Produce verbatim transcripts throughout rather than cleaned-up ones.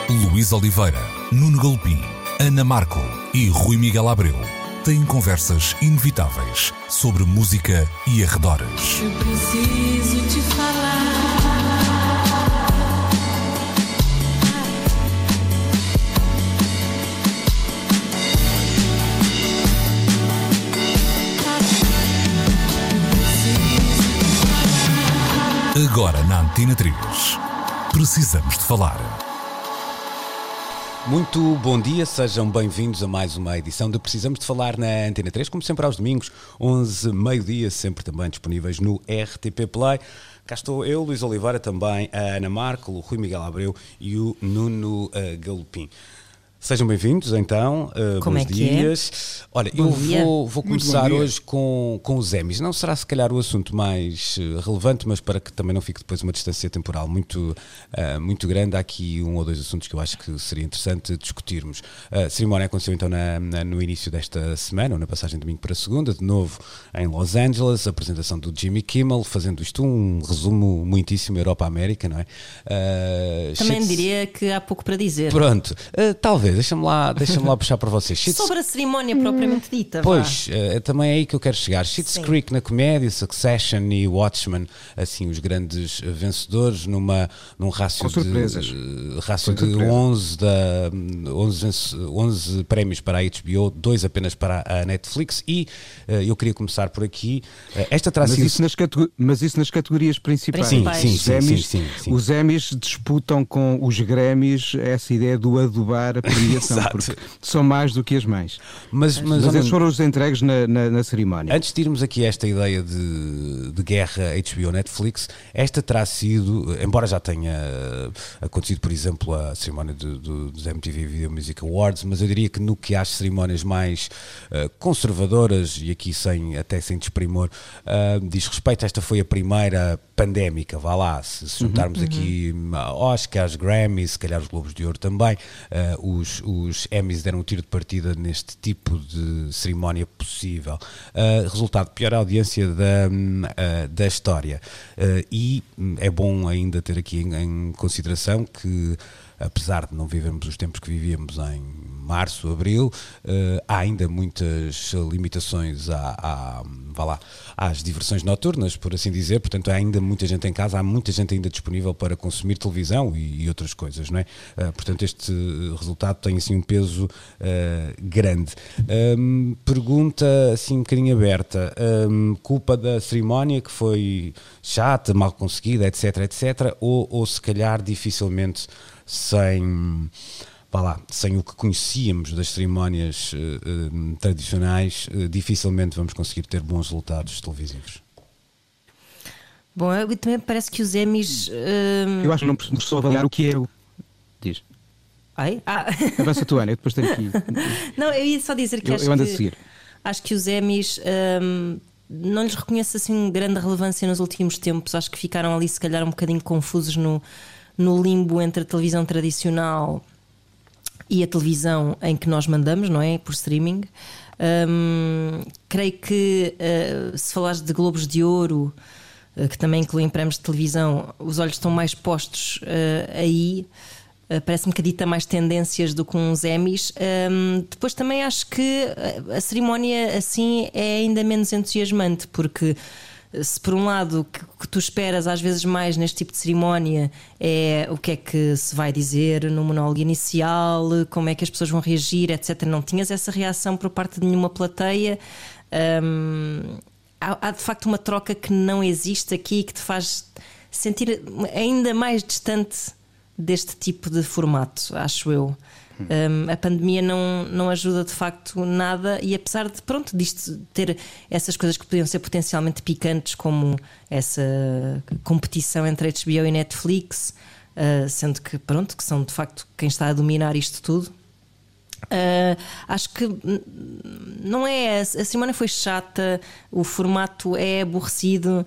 Luís Oliveira, Nuno Galopim, Ana Marco e Rui Miguel Abreu têm conversas inevitáveis sobre música e arredores. Eu preciso te falar. Agora na Antena três. Precisamos de falar. Muito bom dia, sejam bem-vindos a mais uma edição de Precisamos de Falar na Antena três, como sempre aos domingos, onze, meio-dia, sempre também disponíveis no R T P Play. Cá estou eu, Luís Oliveira, também a Ana Marco, o Rui Miguel Abreu e o Nuno uh, Galopim. Sejam bem-vindos, então, uh, Como bons é que dias. É? Olha, bom eu dia. vou, vou começar hoje com, com os Emmys. Não será se calhar o assunto mais uh, relevante, mas para que também não fique depois uma distância temporal muito, uh, muito grande, há aqui um ou dois assuntos que eu acho que seria interessante discutirmos. A cerimónia aconteceu então na, na, no início desta semana, ou na passagem de domingo para segunda, de novo em Los Angeles, a apresentação do Jimmy Kimmel, fazendo isto um resumo muitíssimo Europa-América, não é? Uh, Também shits... diria que há pouco para dizer. Pronto, uh, talvez, deixa-me lá, deixa-me lá puxar para vocês. Shits... Sobre a cerimónia propriamente dita. Pois, uh, também é aí que eu quero chegar. Schitt's Sim. Creek na comédia, Succession e Watchmen, assim, os grandes vencedores numa, num rácio Com surpresas. de, rácio Foi de surpresa. onze, da, onze, onze prémios para a H B O, dois apenas para a Netflix e uh, eu queria começar por aqui. Uh, esta terá Mas sido... isso, nas categ- mas isso nas categorias principais. Sim, Principais. sim, Os sim, Emmys, sim, sim, sim. Os Emmys disputam com os Grammys essa ideia do adubar a premiação, Exato. porque são mais do que as mães. Mas, mas, Mas esses foram os entregues na, na, na cerimónia. Antes de irmos aqui a esta ideia de, de guerra H B O Netflix, esta terá sido, embora já tenha acontecido, por exemplo, a cerimónia do, do, dos M T V Video Music Awards, mas eu diria que no que às cerimónias mais uh, conservadoras, e aqui sem, até sem desprimor, uh, diz respeito, esta foi a primeira pandémica, vá lá, se, se juntarmos uhum. aqui Oscars, Grammys, se calhar os Globos de Ouro também, uh, os, os Emmys deram um tiro de partida neste tipo de cerimónia possível. Uh, resultado, pior audiência da, uh, da história. Uh, e é bom ainda ter aqui em, em consideração que, apesar de não vivermos os tempos que vivíamos em março, abril, uh, há ainda muitas limitações à, à, vá lá, às diversões noturnas, por assim dizer, portanto há ainda muita gente em casa, há muita gente ainda disponível para consumir televisão e, e outras coisas, não é? Uh, portanto este resultado tem assim um peso uh, grande. Um, pergunta assim um bocadinho aberta, um, culpa da cerimónia que foi chata, mal conseguida, etc, etc, ou, ou se calhar dificilmente sem... Vá lá, sem o que conhecíamos das cerimónias uh, uh, tradicionais, uh, dificilmente vamos conseguir ter bons resultados televisivos. Bom, eu também parece que os Emmys. hum, Eu acho que não precisou avaliar o que é o. Diz. Ai? Ah. Avança tu, Ana, eu depois tenho aqui. Não, eu ia só dizer que Eu, acho eu ando a que seguir. acho que os Emmys hum, não lhes reconheço assim grande relevância nos últimos tempos. Acho que ficaram ali se calhar um bocadinho confusos no, no limbo entre a televisão tradicional e a televisão em que nós mandamos, não é? Por streaming. Hum, creio que uh, se falares de Globos de Ouro, uh, que também incluem prémios de televisão, os olhos estão mais postos uh, aí. Uh, parece-me que dita mais tendências do que uns Emmys. Um, depois também acho que a, a cerimónia assim é ainda menos entusiasmante, porque se por um lado o que, que tu esperas às vezes mais neste tipo de cerimónia é o que é que se vai dizer no monólogo inicial, como é que as pessoas vão reagir, etcétera. Não tinhas essa reação por parte de nenhuma plateia. Hum, há, há de facto uma troca que não existe aqui, que te faz sentir ainda mais distante deste tipo de formato, acho eu. Um, a pandemia não, não ajuda de facto nada, e apesar de, pronto, disto ter essas coisas que podiam ser potencialmente picantes, como essa competição entre H B O e Netflix, uh, sendo que, pronto, que são de facto quem está a dominar isto tudo, Uh, acho que não é. A cerimónia foi chata, o formato é aborrecido,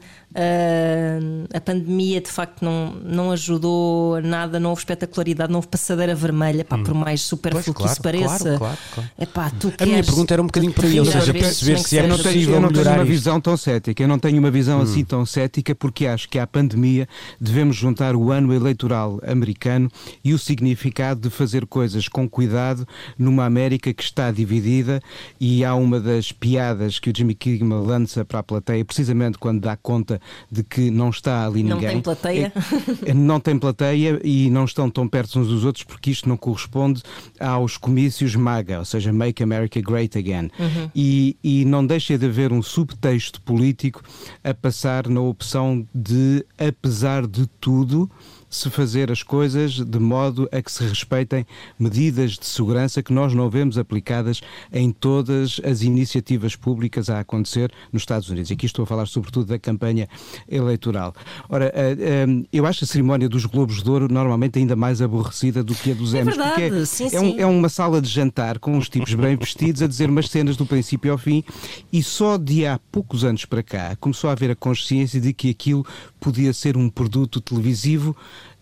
uh, a pandemia de facto não, não ajudou nada, não houve espetacularidade, não houve passadeira vermelha, pá, hum. por mais superfluo que isso pareça. Claro, claro, claro. Epá, tu a queres, minha pergunta era um bocadinho por aí, ou seja, perceber se é possível eu não melhorar tenho uma isto. visão tão cética, eu não tenho uma visão hum. assim tão cética, porque acho que à pandemia devemos juntar o ano eleitoral americano e o significado de fazer coisas com cuidado numa América que está dividida. E há uma das piadas que o Jimmy Kimmel lança para a plateia, precisamente quando dá conta de que não está ali ninguém. Não tem plateia. É, não tem plateia e não estão tão perto uns dos outros, porque isto não corresponde aos comícios MAGA, ou seja, Make America Great Again. Uhum. E, e não deixa de haver um subtexto político a passar na opção de, apesar de tudo, se fazer as coisas de modo a que se respeitem medidas de segurança que nós não vemos aplicadas em todas as iniciativas públicas a acontecer nos Estados Unidos. E aqui estou a falar sobretudo da campanha eleitoral. Ora, eu acho a cerimónia dos Globos de Ouro normalmente ainda mais aborrecida do que a dos Emmys, é verdade, porque é, sim, é, sim. Um, é uma sala de jantar com uns tipos bem vestidos a dizer umas cenas do princípio ao fim, e só de há poucos anos para cá começou a haver a consciência de que aquilo podia ser um produto televisivo.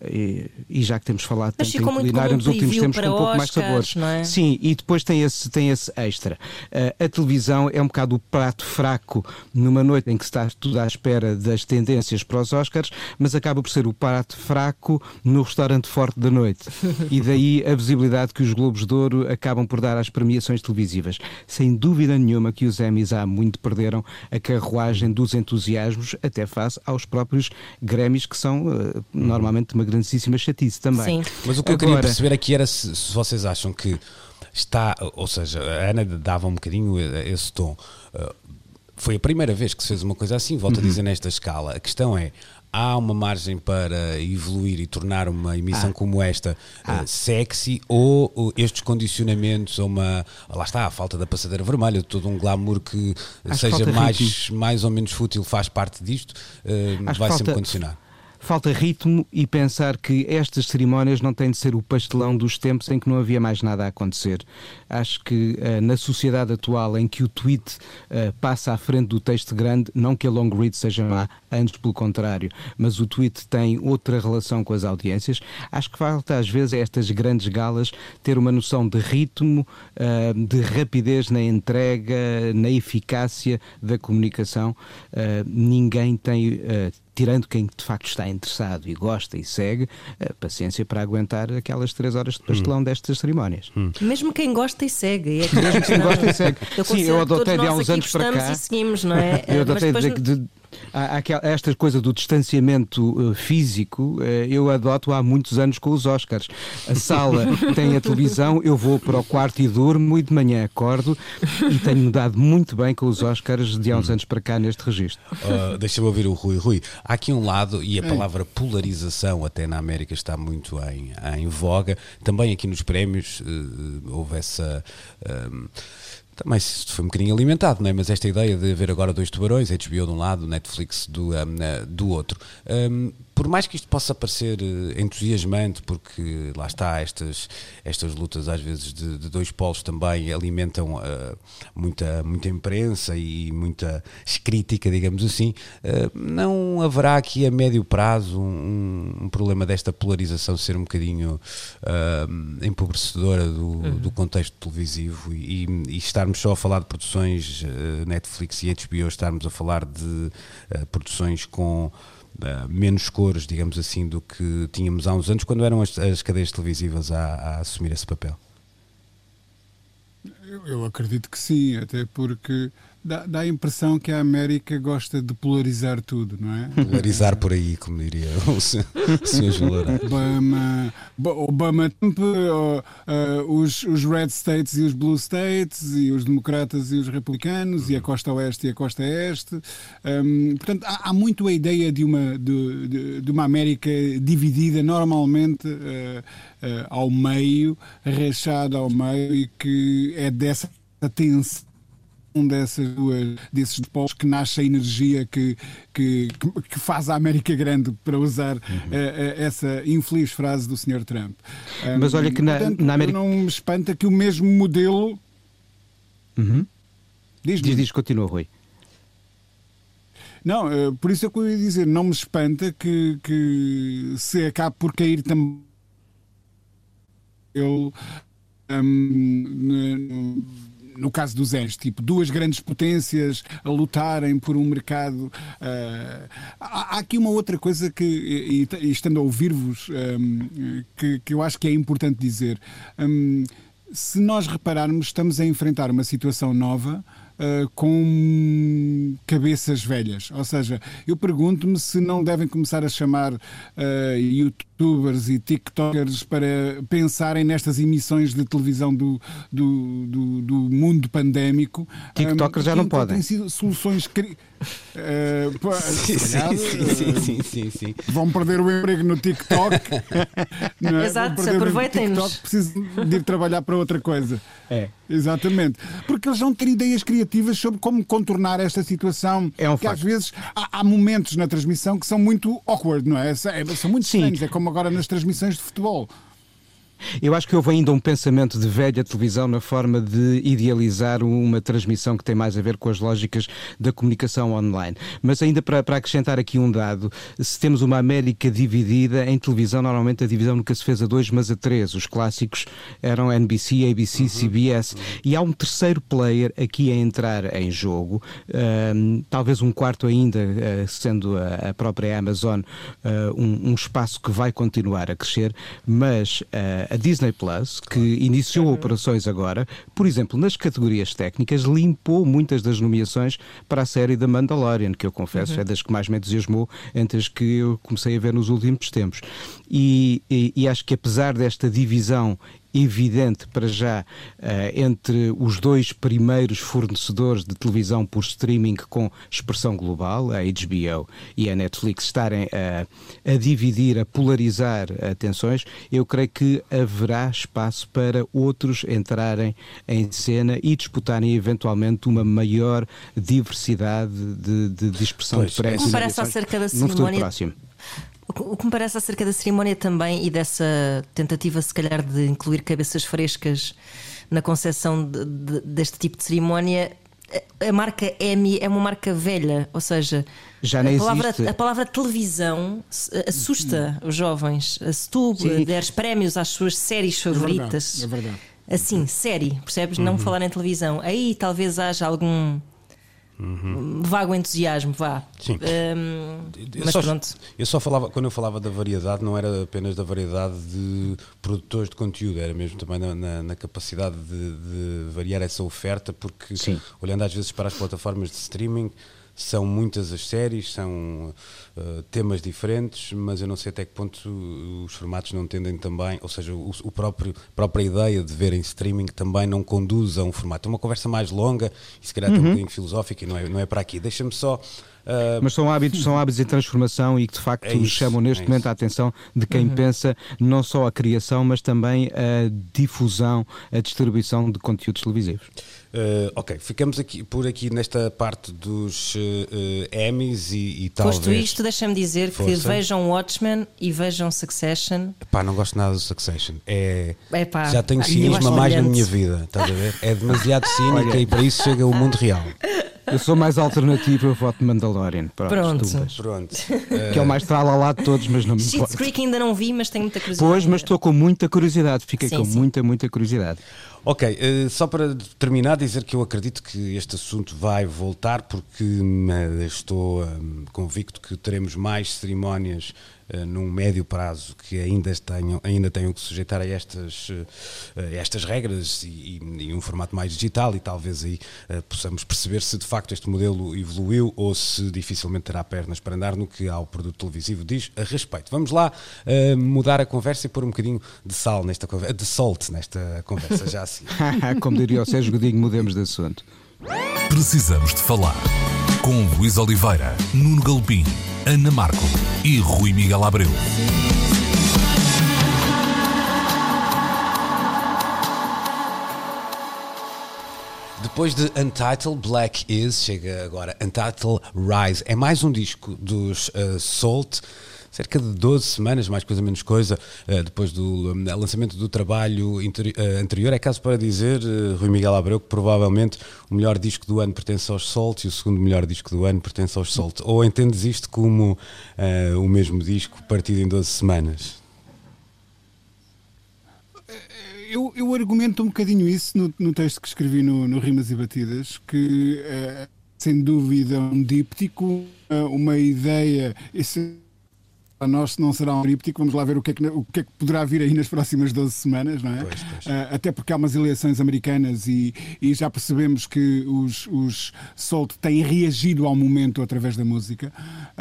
E, e já que temos falado tanto em culinária nos últimos tempos com um pouco mais sabores, não é? Sim, e depois tem esse, tem esse extra. Uh, a televisão é um bocado o prato fraco numa noite em que está tudo à espera das tendências para os Oscars, mas acaba por ser o prato fraco no restaurante forte da noite. E daí a visibilidade que os Globos de Ouro acabam por dar às premiações televisivas. Sem dúvida nenhuma que os Emmys há muito perderam a carruagem dos entusiasmos, até face aos próprios Grammys, que são uh, normalmente uma grandíssima chatice também. Sim. Mas o que eu Agora, queria perceber aqui era se, se vocês acham que está, ou seja, a Ana dava um bocadinho esse tom. Uh, foi a primeira vez que se fez uma coisa assim, volto uhum. a dizer, nesta escala. A questão é, há uma margem para evoluir e tornar uma emissão ah. como esta ah. uh, sexy, ou, ou estes condicionamentos, ou uma, lá está, a falta da passadeira vermelha, todo um glamour que Acho seja que mais, mais ou menos fútil faz parte disto, uh, vai falta... sempre condicionar. Falta ritmo e pensar que estas cerimónias não têm de ser o pastelão dos tempos em que não havia mais nada a acontecer. Acho que uh, na sociedade atual em que o tweet uh, passa à frente do texto grande, não que a long read seja má, antes pelo contrário, mas o tweet tem outra relação com as audiências, acho que falta às vezes a estas grandes galas ter uma noção de ritmo, uh, de rapidez na entrega, na eficácia da comunicação. Uh, ninguém tem... Uh, tirando quem de facto está interessado e gosta e segue, a paciência para aguentar aquelas três horas de pastelão hum. destas cerimónias. Hum. Mesmo quem gosta e segue. É que Mesmo quem gosta e segue. Eu Sim, eu adotei de há uns anos para cá. E seguimos, não é? Eu adotei Mas depois... de, de, há, há esta coisa do distanciamento uh, físico, uh, eu adoto há muitos anos com os Oscars. A sala tem a televisão, eu vou para o quarto e durmo, e de manhã acordo, e tenho-me dado muito bem com os Oscars de há uns hum. anos para cá neste registro. Uh, Deixa-me ouvir o Rui. Rui, há aqui um lado, e a palavra polarização até na América está muito em, em voga, também aqui nos prémios uh, houve essa... Um, também isto foi um bocadinho alimentado, não é? Mas esta ideia de haver agora dois tubarões, H B O de um lado, Netflix do, um, do outro. Um, por mais que isto possa parecer entusiasmante, porque lá está, estas, estas lutas às vezes de, de dois polos também alimentam uh, muita, muita imprensa e muita crítica, digamos assim, uh, não haverá aqui a médio prazo um, um problema desta polarização ser um bocadinho uh, empobrecedora do, uhum. do contexto televisivo e, e estarmos só a falar de produções uh, Netflix e H B O, estarmos a falar de uh, produções com Uh, menos cores, digamos assim, do que tínhamos há uns anos, quando eram as, as cadeias televisivas a, a assumir esse papel? Eu, eu acredito que sim, até porque dá, dá a impressão que a América gosta de polarizar tudo, não é? Polarizar por aí, como diria o senhor João. Obama, Obama Trump, uh, uh, os, os Red States e os Blue States, e os democratas e os republicanos, e a costa oeste e a costa este. Um, portanto, há, há muito a ideia de uma, de, de, de uma América dividida, normalmente uh, uh, ao meio, rachada ao meio, e que é dessa tensão um dessas duas, desses polos que nasce a energia que, que, que faz a América grande, para usar uhum. uh, essa infeliz frase do senhor Trump. Um, Mas olha que na, portanto, na América... não me espanta que o mesmo modelo... Uhum. Diz, diz, diz, continua, Rui. Não, uh, por isso é que eu ia dizer, não me espanta que, que se acabe por cair também ele... Um, no caso dos E N S, tipo, duas grandes potências a lutarem por um mercado. Uh, há, há aqui uma outra coisa que, e, e estando a ouvir-vos, um, que, que eu acho que é importante dizer. Um, se nós repararmos, estamos a enfrentar uma situação nova uh, com cabeças velhas. Ou seja, eu pergunto-me se não devem começar a chamar uh, youtubers e tiktokers para pensarem nestas emissões de televisão do, do, do, do mundo pandémico. Tiktokers um, já não podem. Têm sido soluções... Cri... Uh, pô, sim, calhar, sim, uh, sim, sim, sim, sim. Vão perder o emprego no TikTok. Não é? Exato, aproveitem-nos. Precisam de ir trabalhar para outra coisa. É. Exatamente. Porque eles vão ter ideias criativas sobre como contornar esta situação. É um que facto. Às vezes há, há momentos na transmissão que são muito awkward, não é? São muito Sim. estranhos. É como agora nas transmissões de futebol. Eu acho que houve ainda um pensamento de velha televisão na forma de idealizar uma transmissão que tem mais a ver com as lógicas da comunicação online. Mas ainda para, para acrescentar aqui um dado, se temos uma América dividida, em televisão normalmente a divisão nunca se fez a dois, mas a três. Os clássicos eram N B C, A B C, uhum. C B S. Uhum. E há um terceiro player aqui a entrar em jogo, um, talvez um quarto ainda, uh, sendo a, a própria Amazon uh, um, um espaço que vai continuar a crescer, mas... Uh, a Disney Plus, que iniciou operações agora, por exemplo, nas categorias técnicas, limpou muitas das nomeações para a série da Mandalorian, que eu confesso uhum. é das que mais me entusiasmou entre as que eu comecei a ver nos últimos tempos. E, e, e acho que apesar desta divisão evidente para já uh, entre os dois primeiros fornecedores de televisão por streaming com expressão global, a H B O e a Netflix, estarem uh, a dividir, a polarizar atenções, eu creio que haverá espaço para outros entrarem em cena e disputarem eventualmente uma maior diversidade de, de, de expressão pois, de prédios. O que parece acerca da cerimónia... próximo. O que me parece acerca da cerimónia também e dessa tentativa, se calhar, de incluir cabeças frescas na concepção de, de, deste tipo de cerimónia, a marca Emmy é uma marca velha, ou seja, já nem a, palavra, existe. a palavra televisão assusta os jovens. Se tu Sim. deres prémios às suas séries favoritas, é verdade, é verdade. assim, série, percebes? Uhum. Não falar em televisão, aí talvez haja algum... Uhum. vago entusiasmo, vá. Sim. Um, eu mas só, pronto. Eu só falava, quando eu falava da variedade, não era apenas da variedade de produtores de conteúdo, era mesmo também na, na, na capacidade de, de variar essa oferta, porque Sim. olhando às vezes para as plataformas de streaming, são muitas as séries, são uh, temas diferentes, mas eu não sei até que ponto os formatos não tendem também, ou seja, o, o próprio, a própria ideia de ver em streaming também não conduz a um formato. É uma conversa mais longa e se calhar uhum. até um bocadinho filosófica e não é, não é para aqui. Deixa-me só... Uh... Mas são hábitos, são hábitos em transformação e que de facto é isso, chamam neste é momento a atenção de quem uhum. pensa não só a criação, mas também a difusão, a distribuição de conteúdos televisivos. Uh, ok, ficamos aqui, por aqui nesta parte dos uh, uh, Emmys e, e talvez... Posto isto, deixa-me dizer Força. que vejam Watchmen e vejam Succession. Pá, não gosto nada do Succession. É, Epá, já tenho cinismo a mais na minha vida, estás a ver? É demasiado cínica e para isso chega o mundo real. Eu sou mais alternativo, eu voto Mandalorian. Pronto. Pronto. Pronto. Que é o mais tralalá de todos, mas não me importa. Schitt's Creek ainda não vi, mas tenho muita curiosidade. Pois, mas estou com muita curiosidade. Fiquei sim, com sim. muita, muita curiosidade. Ok, uh, só para terminar, dizer que eu acredito que este assunto vai voltar, porque uh, estou um, convicto que teremos mais cerimónias uh, num médio prazo que ainda tenham, ainda tenham que sujeitar a estas, uh, estas regras e, e um formato mais digital, e talvez aí uh, possamos perceber se de facto este modelo evoluiu ou se dificilmente terá pernas para andar no que ao produto televisivo diz a respeito. Vamos lá uh, mudar a conversa e pôr um bocadinho de sal nesta conversa, de salt nesta conversa já assim. Como diria o Sérgio Godinho, mudemos de assunto. Precisamos de falar com Luís Oliveira, Nuno Galpim, Ana Marco e Rui Miguel Abreu. Depois de Untitled Black Is, chega agora Untitled Rise. É mais um disco dos uh, Salt, cerca de doze semanas, mais coisa menos coisa, uh, depois do um, lançamento do trabalho interi- uh, anterior. É caso para dizer, uh, Rui Miguel Abreu, que provavelmente o melhor disco do ano pertence aos Salt e o segundo melhor disco do ano pertence aos Salt. Ou entendes isto como uh, o mesmo disco partido em doze semanas? Eu, eu argumento um bocadinho isso no, no texto que escrevi no, no Rimas e Batidas, que é, sem dúvida, um díptico, uma ideia. Esse, para nós não será um díptico, vamos lá ver o que, é que, o que é que poderá vir aí nas próximas doze semanas, não é? Pois, pois. Uh, até porque há umas eleições americanas e, e já percebemos que os, os Salt têm reagido ao momento através da música,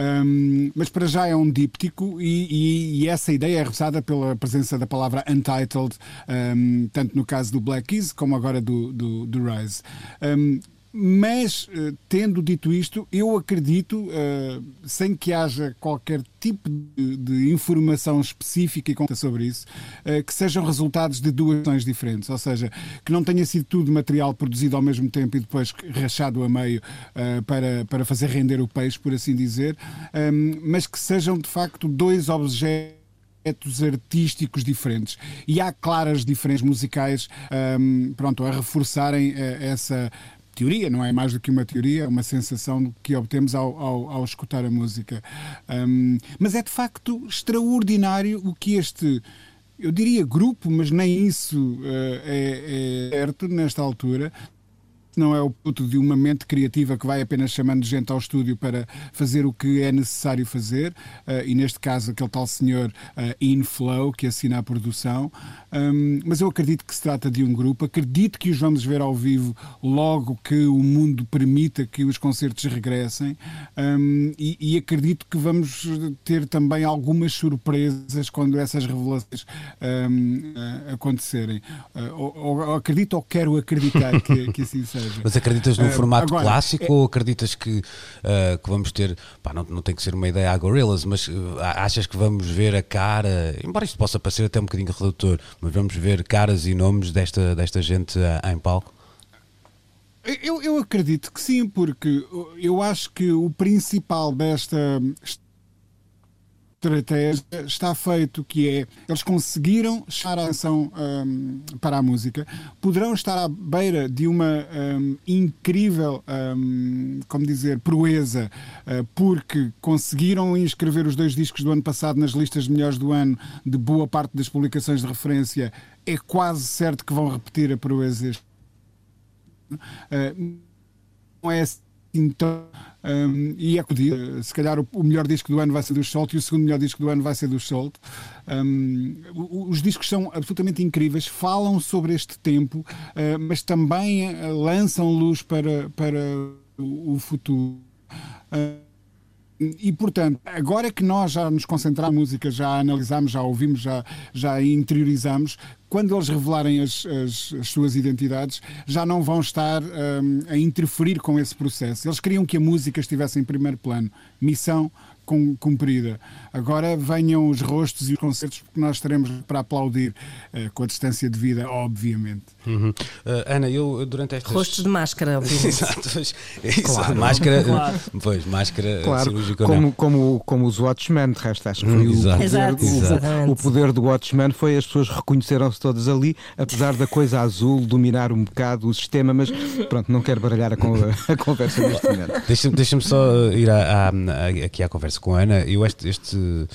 um, mas para já é um díptico e, e, e essa ideia é reforçada pela presença da palavra Untitled, um, tanto no caso do Black Keys como agora do, do, do Rise. Um, Mas, tendo dito isto, eu acredito, sem que haja qualquer tipo de, de informação específica e conta sobre isso, que sejam resultados de duas ações diferentes. Ou seja, que não tenha sido tudo material produzido ao mesmo tempo e depois rachado a meio para, para fazer render o peixe, por assim dizer, mas que sejam, de facto, dois objetos artísticos diferentes. E há claras diferenças musicais um, pronto, a reforçarem uh, essa teoria, não é mais do que uma teoria, é uma sensação que obtemos ao, ao, ao escutar a música. Um, mas é de facto extraordinário o que este, eu diria grupo, mas nem isso uh, é, é certo nesta altura. Não é o puto de uma mente criativa que vai apenas chamando gente ao estúdio para fazer o que é necessário fazer, uh, e neste caso aquele tal senhor uh, Inflow que assina a produção, um, mas eu acredito que se trata de um grupo, acredito que os vamos ver ao vivo logo que o mundo permita que os concertos regressem, um, e, e acredito que vamos ter também algumas surpresas quando essas revelações um, uh, acontecerem. Uh, ou, ou acredito ou quero acreditar que, que assim seja. Mas acreditas num uh, formato agora, clássico é... ou acreditas que, uh, que vamos ter, pá, não, não tem que ser uma ideia à Gorillaz, mas uh, achas que vamos ver a cara, embora isto possa parecer até um bocadinho redutor, mas vamos ver caras e nomes desta, desta gente uh, em palco? Eu, eu acredito que sim, porque eu acho que o principal desta estratégia está feito, que é, eles conseguiram chamar a atenção um, para a música, poderão estar à beira de uma um, incrível, um, como dizer, proeza, uh, porque conseguiram inscrever os dois discos do ano passado nas listas de melhores do ano de boa parte das publicações de referência. É quase certo que vão repetir a proeza este ano. Uh, não é assim. Então, um, e é que se calhar o, o melhor disco do ano vai ser dos Salt e o segundo melhor disco do ano vai ser dos Salt. Um, os discos são absolutamente incríveis, falam sobre este tempo, uh, mas também uh, lançam luz para, para o, o futuro. Uh, E, portanto, agora que nós já nos concentramos na música, já analisamos, já ouvimos, já, já interiorizamos, quando eles revelarem as, as, as suas identidades, já não vão estar um, a interferir com esse processo. Eles queriam que a música estivesse em primeiro plano. Missão cumprida. Agora venham os rostos e os concertos, porque nós estaremos para aplaudir, uh, com a distância de vida, obviamente. Uhum. Uh, Ana, eu durante estas... Rostos de máscara, obviamente. Exato, isso, claro. máscara, Claro. Pois, máscara Claro, cirúrgica. como, como, como os Watchmen, de resto, acho que foi Hum, o, exato. poder, Exato, o- exatamente. o poder do Watchmen foi as pessoas reconheceram-se todas ali, apesar da coisa azul dominar um bocado o sistema, mas pronto, não quero baralhar a, con- a conversa neste momento. Deixa-me deixa-me só ir à, à- aqui à conversa com a Ana. Eu este, este, uh,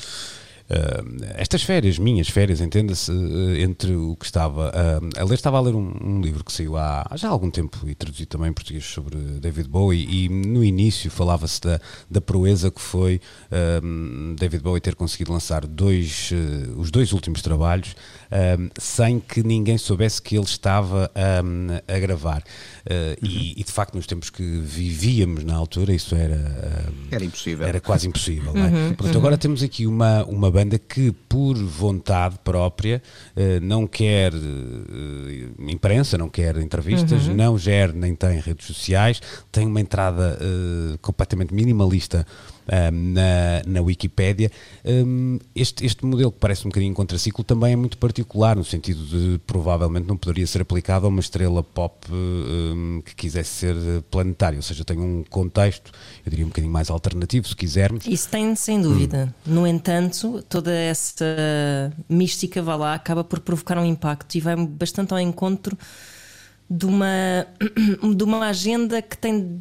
estas férias, minhas férias, entenda-se, uh, entre o que estava uh, a ler, estava a ler um, um livro que saiu há, há já algum tempo e traduzido também em português sobre David Bowie, e no início falava-se da, da proeza que foi uh, David Bowie ter conseguido lançar dois, uh, os dois últimos trabalhos uh, sem que ninguém soubesse que ele estava um, a gravar. Uh, uhum. e, e de facto nos tempos que vivíamos na altura isso era, uh, Era impossível. era quase impossível, não é? Uhum, Portanto, agora temos aqui uma, uma banda que por vontade própria uh, não quer uh, imprensa, não quer entrevistas, não gera nem tem redes sociais, tem uma entrada uh, completamente minimalista um, na, na Wikipédia. Um, este, este modelo, que parece um bocadinho contraciclo, também é muito particular, no sentido de provavelmente não poderia ser aplicado a uma estrela pop um, que quisesse ser planetária, ou seja, tem um contexto, eu diria um bocadinho mais alternativo, se quisermos. Isso tem, sem dúvida. Hum. No entanto, toda essa mística, vá lá, acaba por provocar um impacto e vai bastante ao encontro de uma, de uma agenda que tem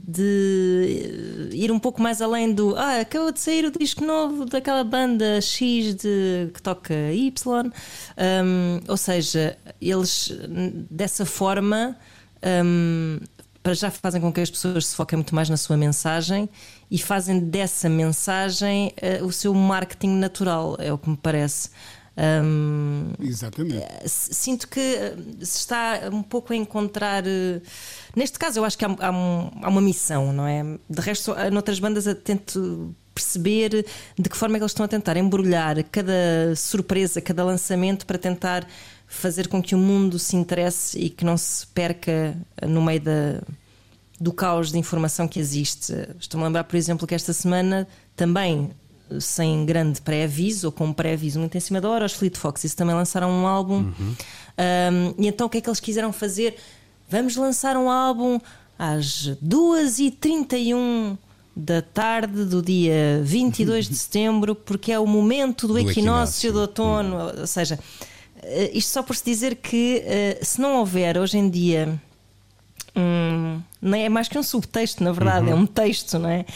de ir um pouco mais além do ah, acabou de sair o disco novo daquela banda X de, que toca Y, um, ou seja, eles dessa forma um, para já fazem com que as pessoas se foquem muito mais na sua mensagem e fazem dessa mensagem uh, o seu marketing natural, é o que me parece. Um, Exatamente. Sinto que se está um pouco a encontrar. Neste caso, eu acho que há, há, um, há uma missão, não é? De resto, noutras bandas, eu tento perceber de que forma é que eles estão a tentar embrulhar cada surpresa, cada lançamento para tentar fazer com que o mundo se interesse e que não se perca no meio da, do caos de informação que existe. Estou-me a lembrar, por exemplo, que esta semana também, sem grande pré-aviso ou com um pré-aviso muito em cima da hora, os Fleet Foxes também lançaram um álbum. Uhum. um, e então o que é que eles quiseram fazer? Vamos lançar um álbum às duas e trinta e um da tarde do dia vinte e dois de setembro, porque é o momento do, do equinócio, equinócio de outono. Uhum. Ou seja, isto só por se dizer que se não houver hoje em dia hum, não é mais que um subtexto, na verdade, uhum. é um texto, não é?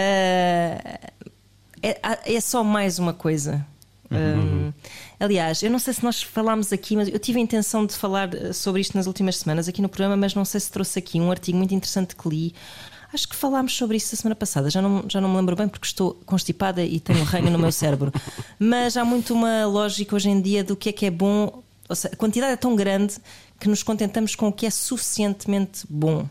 Uh, É, é só mais uma coisa. Uhum. Um, aliás, eu não sei se nós falámos aqui, mas eu tive a intenção de falar sobre isto nas últimas semanas aqui no programa, mas não sei se trouxe aqui um artigo muito interessante que li. Acho que falámos sobre isso a semana passada, já não, já não me lembro bem porque estou constipada e tenho um ranho no meu cérebro. Mas há muito uma lógica hoje em dia do que é que é bom. Ou seja, a quantidade é tão grande que nos contentamos com o que é suficientemente bom.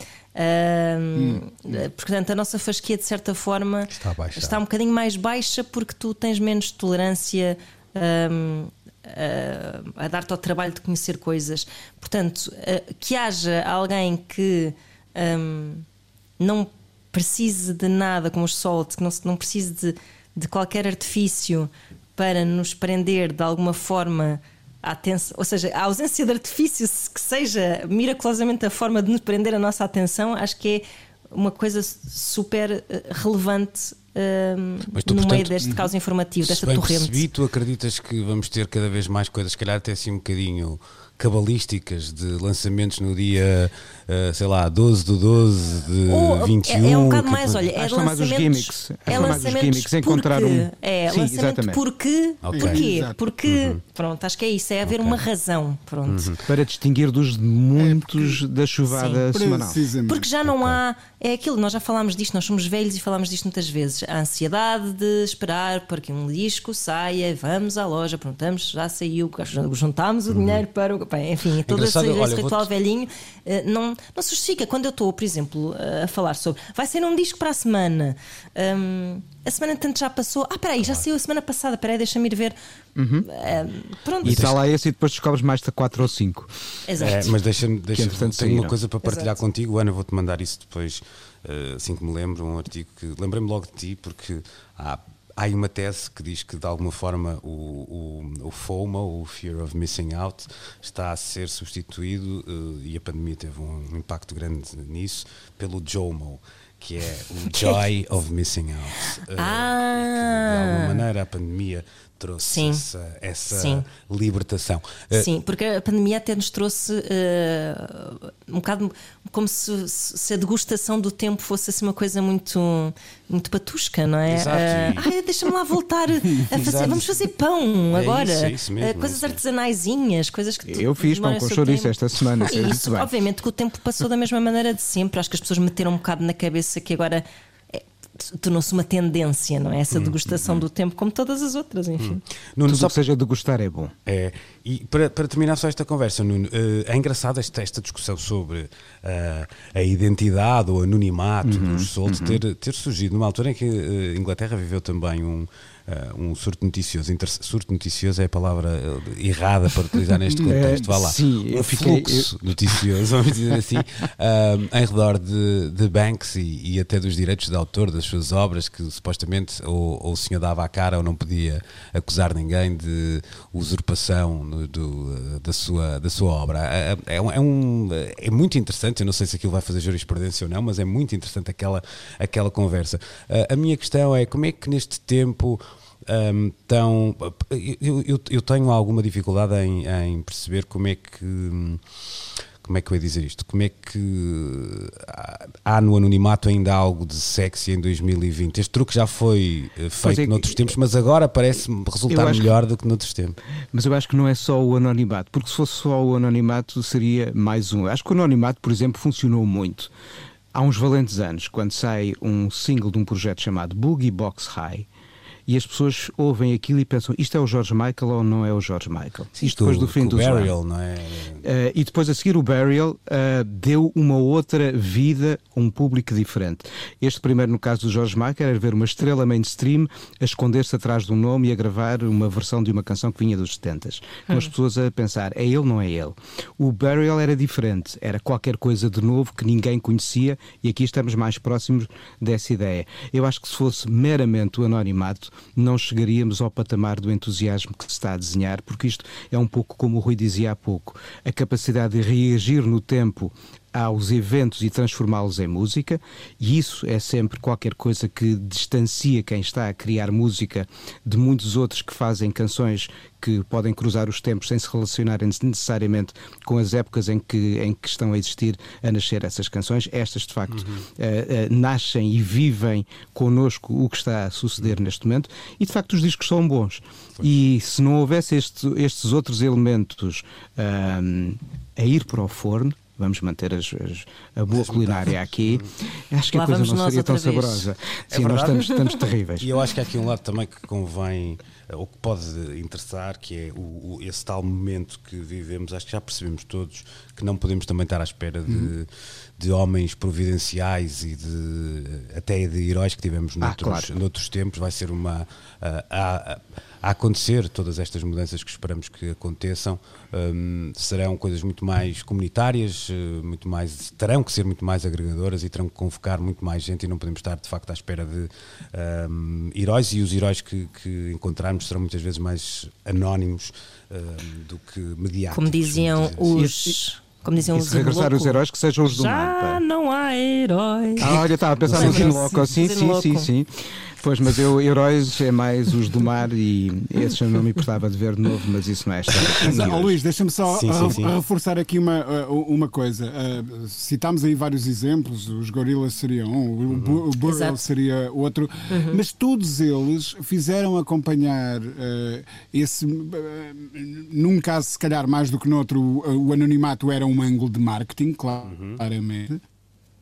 Um, hum. Portanto, a nossa fasquia, de certa forma, está, está um bocadinho mais baixa porque tu tens menos tolerância um, a, a dar-te ao trabalho de conhecer coisas. Portanto, uh, que haja alguém que um, não precise de nada, como os Salt, que não, não precise de, de qualquer artifício para nos prender de alguma forma a atenção, ou seja, a ausência de artifício que seja miraculosamente a forma de nos prender a nossa atenção, acho que é uma coisa super relevante um, Mas tu, no portanto, meio deste caos informativo, desta bem torrente. Percebi, tu acreditas que vamos ter cada vez mais coisas, se calhar até assim um bocadinho cabalísticas, de lançamentos no dia, uh, sei lá, doze do doze de Ou, vinte e um. É, é um bocado mais, olha, é lançamentos, mais os gimmicks. É lançamentos gimmicks, encontrar um. É, Sim, lançamento exatamente. porque, Okay. porquê? Exato. Porque, Uhum. pronto, acho que é isso, é haver Okay. uma razão, pronto. Uhum. Para distinguir dos muitos é da chuvada Sim. semanal. Porque já não há, é aquilo, nós já falámos disto, nós somos velhos e falámos disto muitas vezes, a ansiedade de esperar para que um disco saia, vamos à loja, perguntamos, já saiu, juntámos o dinheiro para o... Bem, enfim, todo esse, Olha, esse ritual vou-te... velhinho não, não se justifica. Quando eu estou, por exemplo, a falar sobre vai ser um disco para a semana, um, a semana tanto já passou, ah, peraí, já saiu a semana passada, peraí, deixa-me ir ver. Uhum. Um, pronto. E está lá esse e depois descobres mais de quatro ou cinco. Exato. É, mas deixa-me, deixa-me Que, tenho uma coisa para partilhar Exato. contigo, Ana, vou-te mandar isso depois, assim que me lembro, um artigo que lembrei-me logo de ti, porque há, há aí uma tese que diz que de alguma forma o, o, o FOMO, o Fear of Missing Out, está a ser substituído, e a pandemia teve um impacto grande nisso, pelo JOMO, que é o Joy of Missing Out. Ah. Que, de alguma maneira a pandemia trouxe Sim. essa, essa Sim. libertação. Sim, porque a pandemia até nos trouxe uh, um bocado como se, se a degustação do tempo fosse assim uma coisa muito, muito patusca, não é? Exato. Uh, ah, deixa-me lá voltar a fazer, vamos fazer pão É agora. isso, é isso mesmo, uh, coisas é isso. artesanaisinhas, coisas que tu, Eu fiz pão com chouriço esta semana. E muito isso, bem. obviamente, que o tempo passou da mesma maneira de sempre. Acho que as pessoas meteram um bocado na cabeça que agora é, tornou-se uma tendência, não é? Essa degustação hum, do tempo, como todas as outras, enfim. Hum. Nuno, Tudo só que seja degustar é bom. É, e para, para terminar só esta conversa, Nuno, uh, é engraçado esta, esta discussão sobre uh, a identidade ou anonimato uhum, dos Salt uhum. ter, ter surgido numa altura em que a uh, Inglaterra viveu também um, uh, um surto noticioso. Inter- surto noticioso é a palavra errada para utilizar neste contexto. Vá lá. Sim, um fiquei, fluxo eu... noticioso, vamos dizer assim, uh, em redor de, de Banksy e, e até dos direitos de autor das suas obras, que supostamente ou, ou o senhor dava a cara ou não podia acusar ninguém de usurpação no, do, da, sua, da sua obra. É, é, um, é, um, é muito interessante, eu não sei se aquilo vai fazer jurisprudência ou não, mas é muito interessante aquela, aquela conversa. Uh, a minha questão é como é que neste tempo um, tão, eu, eu, eu tenho alguma dificuldade em, em perceber como é que como é que eu ia dizer isto? Como é que há no anonimato ainda algo de sexy em dois mil e vinte? Este truque já foi feito é, noutros tempos, mas agora parece-me resultar melhor que, do que noutros tempos. Mas eu acho que não é só o anonimato, porque se fosse só o anonimato seria mais um. Eu acho que o anonimato, por exemplo, funcionou muito. Há uns valentes anos, quando sai um single de um projeto chamado Boogie Box High, e as pessoas ouvem aquilo e pensam, isto é o George Michael ou não é o George Michael? Sim, isto depois do fim do Burial, não é? Uh, e depois a seguir o Burial uh, deu uma outra vida a um público diferente. Este primeiro, no caso do George Michael, era ver uma estrela mainstream a esconder-se atrás de um nome e a gravar uma versão de uma canção que vinha dos setentas. Com hum. as pessoas a pensar, é ele, não é ele. O Burial era diferente, era qualquer coisa de novo que ninguém conhecia e aqui estamos mais próximos dessa ideia. Eu acho que se fosse meramente o anonimato, não chegaríamos ao patamar do entusiasmo que se está a desenhar, porque isto é um pouco como o Rui dizia há pouco, a capacidade de reagir no tempo aos eventos e transformá-los em música, e isso é sempre qualquer coisa que distancia quem está a criar música de muitos outros que fazem canções que podem cruzar os tempos sem se relacionarem necessariamente com as épocas em que, em que estão a existir, a nascer essas canções. Estas, de facto, uhum. uh, uh, nascem e vivem connosco o que está a suceder uhum. neste momento, e de facto os discos são bons. Pois. E se não houvesse este, estes outros elementos uh, a ir para o forno, vamos manter as, as, a boa culinária aqui, acho que Lá a coisa não seria tão vez. saborosa. É Sim, verdade? nós estamos, estamos terríveis. E eu acho que há aqui um lado também que convém, ou que pode interessar, que é o, o, esse tal momento que vivemos. Acho que já percebemos todos que não podemos também estar à espera de, hum. de homens providenciais e de até de heróis que tivemos noutros, ah, claro. noutros tempos. Vai ser uma... Uh, a, a, a acontecer todas estas mudanças que esperamos que aconteçam, um, serão coisas muito mais comunitárias, muito mais, terão que ser muito mais agregadoras e terão que convocar muito mais gente, e não podemos estar de facto à espera de um, heróis, e os heróis que, que encontrarmos serão muitas vezes mais anónimos um, do que mediáticos. Como diziam os... Assim. Como diziam e os se regressar os heróis, que sejam os do Já mapa. não há heróis. Ah, olha, estava a pensar no Zinloco. Sim, sim, sim, sim. Pois, mas eu, heróis é mais os do mar, e esses eu não me importava de ver de novo, mas isso não é história. Mas, oh, Luís, deixa-me só sim, sim, sim. reforçar aqui uma, uma coisa. Uh, citámos aí vários exemplos, os Gorillaz seriam um, uhum. o Burial seria outro, uhum. mas todos eles fizeram acompanhar uh, esse, uh, num caso se calhar mais do que noutro, uh, o anonimato era um ângulo de marketing, claramente, uhum.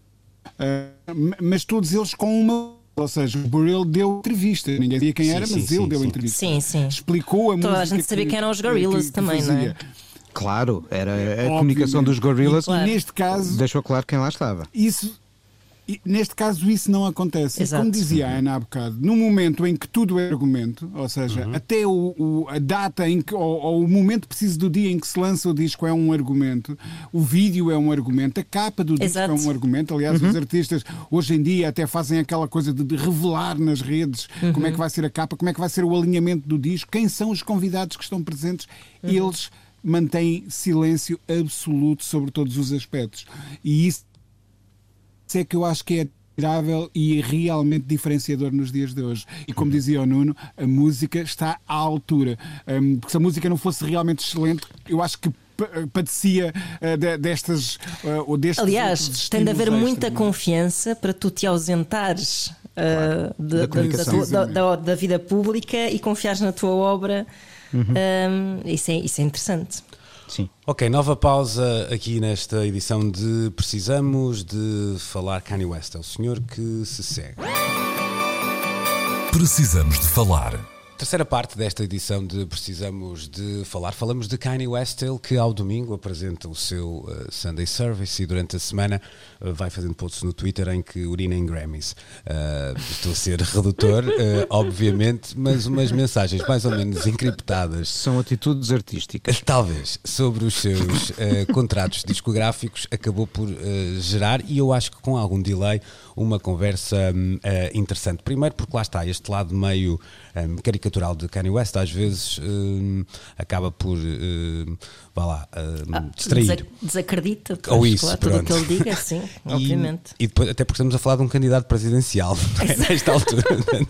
uh, mas todos eles com uma... Ou seja, o Burial deu entrevista, ninguém sabia quem sim, era, mas sim, ele sim, deu sim. entrevista. Sim, sim. Explicou a música. Toda a gente sabia que, quem eram os Gorillaz que, que também, fazia. não é? Claro, era a Obviamente. comunicação dos Gorillaz. E, claro. Neste caso, deixou claro quem lá estava. Isso. E neste caso isso não acontece. Exato. Como dizia a Ana há bocado, no momento em que tudo é argumento, ou seja, uhum. até o, o, a data em que, ou, ou o momento preciso do dia em que se lança o disco é um argumento, o vídeo é um argumento, a capa do Exato. disco é um argumento. Aliás, uhum. os artistas hoje em dia até fazem aquela coisa de, de revelar nas redes uhum. como é que vai ser a capa, como é que vai ser o alinhamento do disco, quem são os convidados que estão presentes. Uhum. Eles mantêm silêncio absoluto sobre todos os aspectos. E isso Isso é que eu acho que é admirável e realmente diferenciador nos dias de hoje. E como dizia o Nuno, a música está à altura. Um, porque se a música não fosse realmente excelente, eu acho que padecia uh, de, destas uh, ou destes. Aliás, tem de haver extra, muita não é? confiança para tu te ausentares uh, claro, de, da, da, tua, da, da, da vida pública e confiares na tua obra. Uhum. Um, isso, é, isso é interessante. Sim. Ok, nova pausa aqui nesta edição de Precisamos de Falar Kanye West. É o senhor que se segue. Precisamos de Falar. Terceira parte desta edição de Precisamos de Falar. Falamos de Kanye West, ele que ao domingo apresenta o seu uh, Sunday Service e durante a semana uh, vai fazendo posts no Twitter em que urina em Grammys. Uh, estou a ser redutor, uh, obviamente, mas umas mensagens mais ou menos encriptadas. São atitudes artísticas. Talvez, sobre os seus uh, contratos discográficos, acabou por uh, gerar, e eu acho que com algum delay, uma conversa um, uh, interessante. Primeiro porque lá está, este lado meio um, caricatural de Kanye West, às vezes um, acaba por, um, vá lá, um, ah, distrair. Desacredita, Ou isso, claro, pronto. tudo o que ele diga, sim, e, obviamente. E depois, até porque estamos a falar de um candidato presidencial, nesta altura,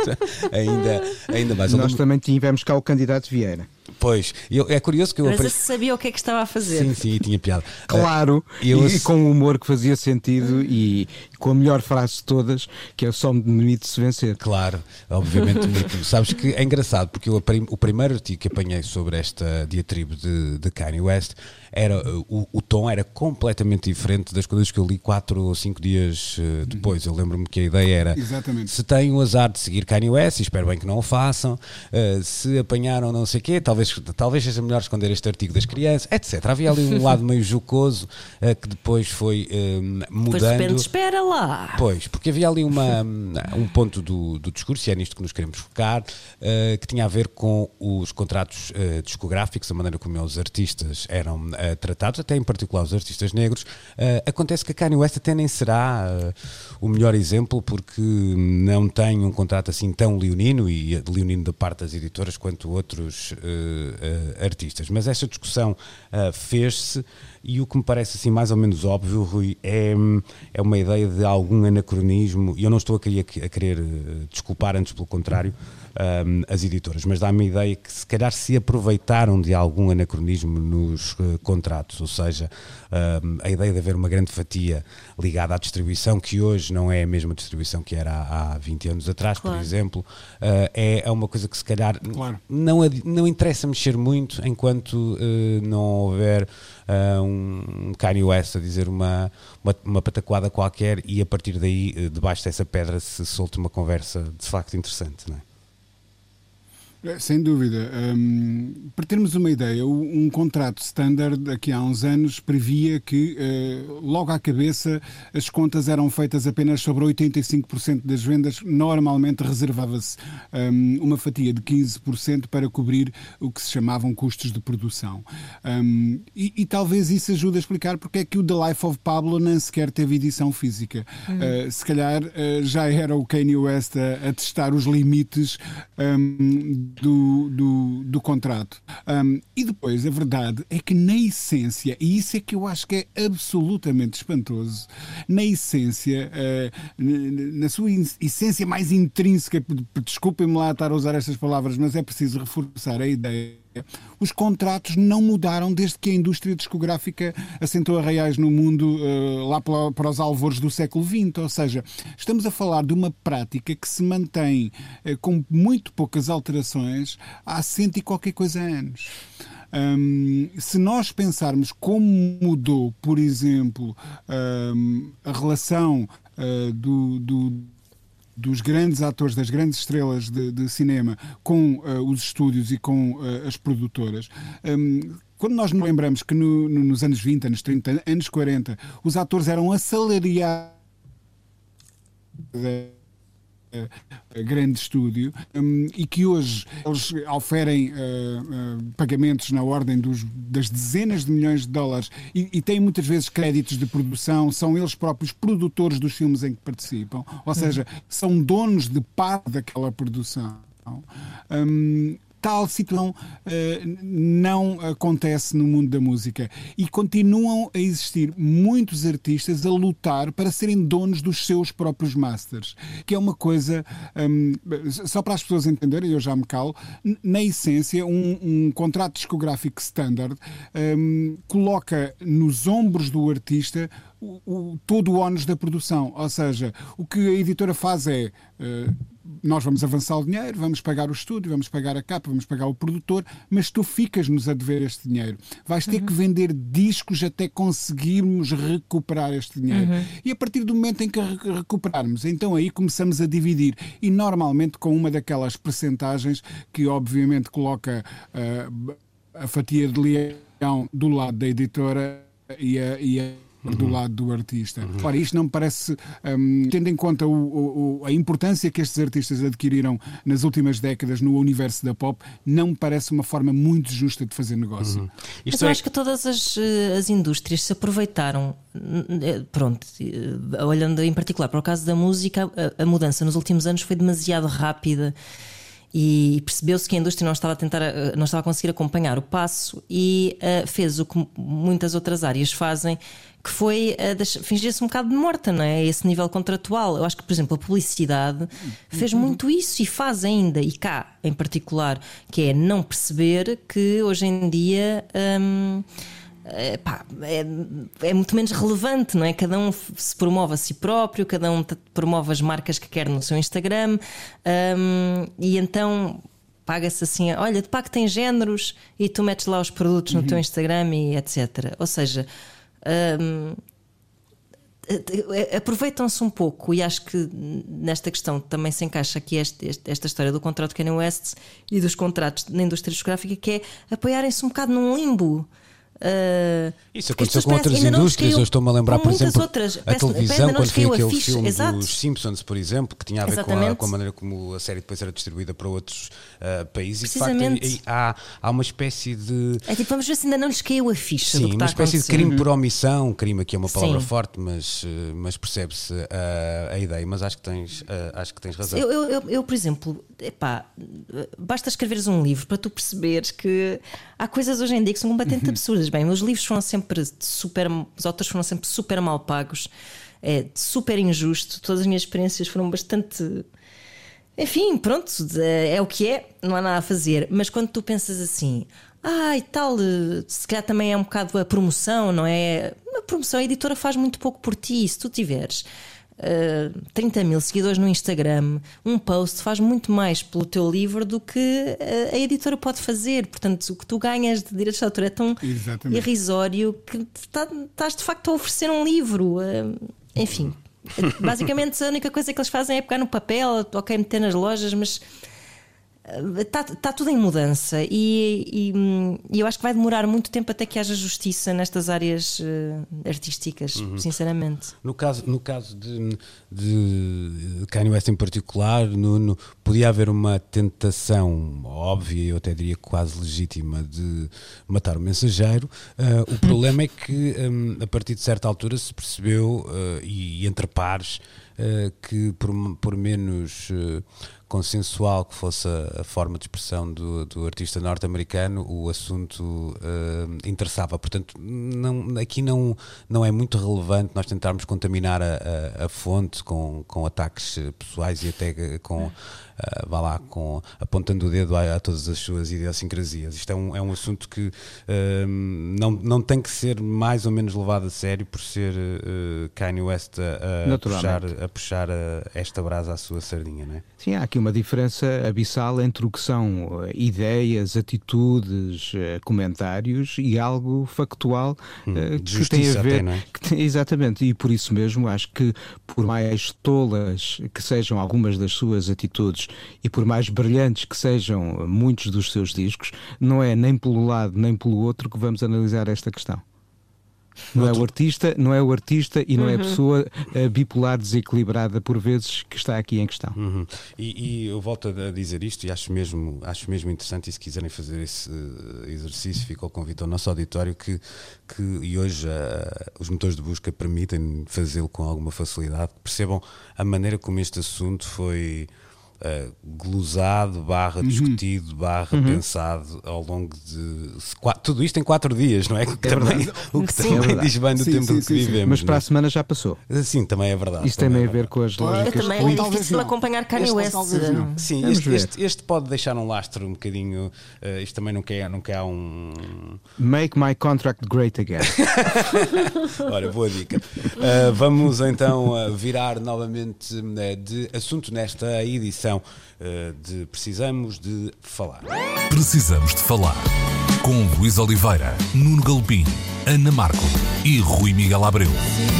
ainda, ainda mais. Nós também tivemos cá o candidato Vieira. Pois, eu, é curioso que eu... Mas apre... eu sabia o que é que estava a fazer. Sim, sim, e tinha piada. Claro, eu... e, e com um humor que fazia sentido e com a melhor frase de todas, que é só me demite se vencer. Claro, obviamente. Sabes que é engraçado, porque eu, o primeiro artigo que apanhei sobre esta diatribe de, de Kanye West, era, o, o tom era completamente diferente das coisas que eu li quatro ou cinco dias uh, depois. Eu lembro-me que a ideia era: Exatamente. Se têm o azar de seguir Kanye West, e espero bem que não o façam, uh, se apanharam não sei o quê, talvez, talvez seja melhor esconder este artigo das crianças, etcétera. Havia ali um lado meio jocoso uh, que depois foi uh, mudando. Depois de repente, espera lá. Pois, porque havia ali uma, um ponto do, do discurso, e é nisto que nos queremos focar, uh, que tinha a ver com os contratos uh, discográficos, a maneira como os artistas eram uh, tratados, até em particular os artistas negros. Uh, acontece que a Kanye West até nem será uh, o melhor exemplo, porque não tem um contrato assim tão leonino, e leonino da parte das editoras, quanto outros uh, uh, artistas. Mas esta discussão uh, fez-se, e o que me parece assim mais ou menos óbvio, Rui, é, é uma ideia de algum anacronismo, e eu não estou a querer, a querer uh, desculpar, antes pelo contrário, um, as editoras, mas dá-me a ideia que se calhar se aproveitaram de algum anacronismo nos uh, contratos, ou seja, um, a ideia de haver uma grande fatia ligada à distribuição, que hoje não é a mesma distribuição que era há, há vinte anos atrás, claro. Por exemplo, uh, é, é uma coisa que se calhar claro. não, não interessa mexer muito enquanto uh, não houver Uh, um Kanye West a dizer uma, uma, uma pataquada qualquer, e a partir daí, uh, debaixo dessa pedra, se solta uma conversa de facto interessante, não é? Sem dúvida. Um, para termos uma ideia, um contrato standard aqui há uns anos previa que uh, logo à cabeça as contas eram feitas apenas sobre oitenta e cinco por cento das vendas. Normalmente reservava-se um, uma fatia de quinze por cento para cobrir o que se chamavam custos de produção. Um, e, e talvez isso ajude a explicar porque é que o The Life of Pablo nem sequer teve edição física. Uhum. Uh, se calhar uh, já era o Kanye West a, a testar os limites um, Do, do, do contrato. Um, e depois, a verdade é que na essência, e isso é que eu acho que é absolutamente espantoso, na essência, uh, na sua essência mais intrínseca, desculpem-me lá estar a usar estas palavras, mas é preciso reforçar a ideia. Os contratos não mudaram desde que a indústria discográfica assentou arraiais no mundo uh, lá para, para os alvores do século vinte. Ou seja, estamos a falar de uma prática que se mantém uh, com muito poucas alterações há cento e qualquer coisa anos. Um, se nós pensarmos como mudou, por exemplo, um, a relação uh, do, do dos grandes atores, das grandes estrelas de, de cinema com uh, os estúdios e com uh, as produtoras. Um, quando nós nos lembramos que no, no, nos anos vinte, anos trinta, anos quarenta, os atores eram assalariados a grande estúdio, um, e que hoje eles oferem uh, uh, pagamentos na ordem dos, das dezenas de milhões de dólares e, e têm muitas vezes créditos de produção, são eles próprios produtores dos filmes em que participam, ou seja, são donos de parte daquela produção. Um, Tal situação uh, não acontece no mundo da música e continuam a existir muitos artistas a lutar para serem donos dos seus próprios masters, que é uma coisa, um, só para as pessoas entenderem, eu já me calo, na essência um, um contrato discográfico standard um, coloca nos ombros do artista o, o, todo o ónus da produção, ou seja, o que a editora faz é uh, nós vamos avançar o dinheiro, vamos pagar o estúdio, vamos pagar a capa, vamos pagar o produtor, mas tu ficas-nos a dever este dinheiro. Vais ter uhum. que vender discos até conseguirmos recuperar este dinheiro. Uhum. E a partir do momento em que recuperarmos, então aí começamos a dividir. E normalmente com uma daquelas percentagens que obviamente coloca uh, a fatia de leão do lado da editora e a, e a do uhum. lado do artista. Uhum. Ora, isto não me parece, um, tendo em conta o, o, a importância que estes artistas adquiriram nas últimas décadas no universo da pop, não me parece uma forma muito justa de fazer negócio. Uhum. Mas eu é... acho que todas as, as indústrias se aproveitaram, pronto, olhando em particular para o caso da música, a, a mudança nos últimos anos foi demasiado rápida. E percebeu-se que a indústria não estava a tentar, não estava a conseguir acompanhar o passo e uh, fez o que muitas outras áreas fazem, que foi uh, fingir-se um bocado de morta, não é? Esse nível contratual. Eu acho que, por exemplo, a publicidade fez muito isso e faz ainda, e cá em particular, que é não perceber que hoje em dia. Um, É, pá, é, é muito menos relevante, não é? Cada um se promove a si próprio, cada um promove as marcas que quer no seu Instagram, um, e então paga-se assim: olha, de pago tem géneros e tu metes lá os produtos no uhum. teu Instagram e etcétera. Ou seja, um, aproveitam-se um pouco, e acho que nesta questão também se encaixa aqui este, este, esta história do contrato Kanye West e dos contratos na indústria discográfica, que é apoiarem-se um bocado num limbo. Uh, Isso aconteceu com outras indústrias. Eu estou-me a lembrar, por exemplo, outras. a televisão, quando foi aquele ficha. filme Exato. dos Simpsons, por exemplo, que tinha a ver com a, com a maneira como a série depois era distribuída para outros uh, países. E de facto aí, há, há uma espécie de. É tipo, vamos ver se ainda não lhes caiu a ficha. Sim, do que uma está espécie de crime por omissão. Crime aqui é uma palavra Sim. forte, mas, mas percebe-se uh, a ideia. Mas acho que tens, uh, acho que tens razão. Eu, eu, eu, eu por exemplo, epá, basta escreveres um livro para tu perceberes que há coisas hoje em dia que são completamente uhum. absurdas. Bem, os livros foram sempre super, os autores foram sempre super mal pagos, é super injusto. Todas as minhas experiências foram bastante, enfim, pronto, é o que é, não há nada a fazer. Mas quando tu pensas assim, ah, e tal, se calhar também é um bocado a promoção, não é? A promoção, a editora faz muito pouco por ti. Se tu tiveres Uh, trinta mil seguidores no Instagram, um post faz muito mais pelo teu livro do que uh, a editora pode fazer. Portanto, o que tu ganhas de direitos de autor é tão Exatamente. irrisório que tá, estás de facto a oferecer um livro. Uh, enfim, basicamente a única coisa que eles fazem é pegar no papel, ok, meter nas lojas, mas Está, está tudo em mudança e, e, e eu acho que vai demorar muito tempo até que haja justiça nestas áreas uh, artísticas, uhum. sinceramente. No caso, no caso de, de Kanye West em particular, no, no, podia haver uma tentação óbvia, eu até diria quase legítima, de matar o mensageiro. Uh, o problema é que um, a partir de certa altura se percebeu, uh, e, e entre pares, uh, que por, por menos... Uh, consensual que fosse a, a forma de expressão do, do artista norte-americano, o assunto uh, interessava. Portanto, não, aqui não, não é muito relevante nós tentarmos contaminar a, a, a fonte com, com ataques pessoais e até com, uh, vá lá, com, apontando o dedo a, a todas as suas idiosincrasias. Isto é um, é um assunto que uh, não, não tem que ser mais ou menos levado a sério por ser uh, Kanye West a, a puxar, a puxar a esta brasa à sua sardinha, não é? Sim, há aqui uma diferença abissal entre o que são ideias, atitudes, comentários e algo factual hum, uh, que tem a ver. Até, não é? que tem, exatamente, e por isso mesmo acho que, por mais tolas que sejam algumas das suas atitudes e por mais brilhantes que sejam muitos dos seus discos, não é nem pelo lado nem pelo outro que vamos analisar esta questão. Não é o artista, não é o artista e não uhum. é a pessoa uh, bipolar desequilibrada por vezes que está aqui em questão. Uhum. E, e eu volto a dizer isto e acho mesmo, acho mesmo interessante, e se quiserem fazer esse uh, exercício, fica o convite ao nosso auditório que, que e hoje uh, os motores de busca permitem fazê-lo com alguma facilidade, que percebam a maneira como este assunto foi Uh, glosado, barra uhum. discutido, barra uhum. pensado ao longo de quatro, tudo isto em quatro dias, não é? Que é também, o que sim, também é diz bem do sim, tempo sim, que sim, vivemos. Mas para não? a semana já passou. Sim, também é verdade. Isto tem meio a ver com as lógicas. Eu também é difícil acompanhar Kanye West. Sim, este, este, este pode deixar um lastro um bocadinho. Uh, isto também não quer, não quer um. Make my contract great again. Ora, boa dica. Uh, vamos então uh, virar novamente uh, de assunto nesta edição edição uh, de Precisamos de Falar. Precisamos de Falar. Com Luís Oliveira, Nuno Galpim, Ana Marco e Rui Miguel Abreu.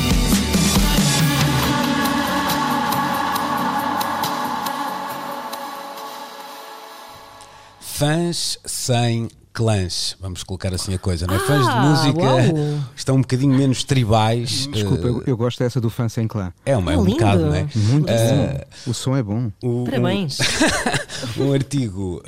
Fãs sem clãs, vamos colocar assim a coisa, não é? Ah, Fãs de música uau. estão um bocadinho menos tribais. Desculpa, eu, eu gosto dessa do fã sem clã. É, uma, é um Lindo. bocado, não é? Muito Uh, bom. O som é bom. o- Parabéns. Um, um artigo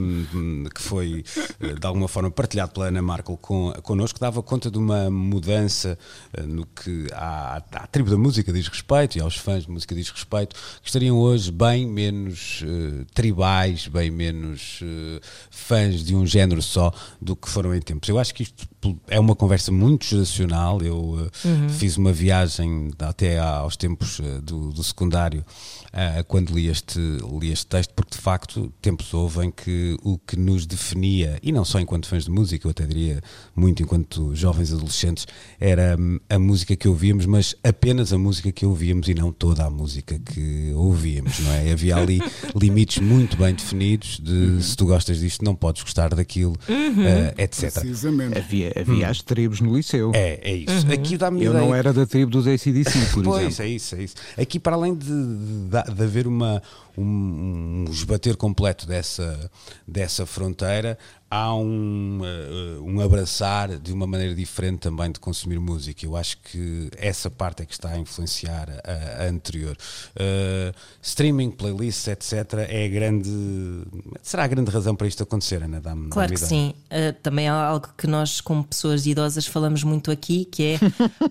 um, que foi uh, de alguma forma partilhado pela Ana Marco com, connosco, dava conta de uma mudança uh, no que à, à tribo da música diz respeito e aos fãs de música diz respeito, que estariam hoje bem menos uh, tribais, bem menos uh, fãs de um género só do que foram em tempos. Eu acho que isto é uma conversa muito geracional. Eu uh, Uhum. fiz uma viagem até aos tempos uh, do, do secundário uh, quando li este, li este texto, porque de facto tempos houve em que o que nos definia, e não só enquanto fãs de música, eu até diria muito enquanto jovens adolescentes, era hum, a música que ouvíamos, mas apenas a música que ouvíamos e não toda a música que ouvíamos, não é? Havia ali limites muito bem definidos de se tu gostas disto não podes gostar daquilo, uh, etcétera. Precisamente. Havia, havia as tribos no liceu. É, é isso. Aqui dá-me Eu ideia. não era da tribo dos A C D C, por Pois, exemplo. é isso, é isso. Aqui, para além de, de, de haver uma, um, um esbater completo dessa, dessa fronteira, há um, uh, um abraçar de uma maneira diferente também de consumir música. Eu acho que essa parte é que está a influenciar a, a anterior. Uh, streaming, playlists, etcétera é a grande... Será a grande razão para isto acontecer, Ana? Dá-me, Claro dá-me que ideia. sim. Uh, também há algo que nós, como pessoas idosas, falamos muito aqui, que é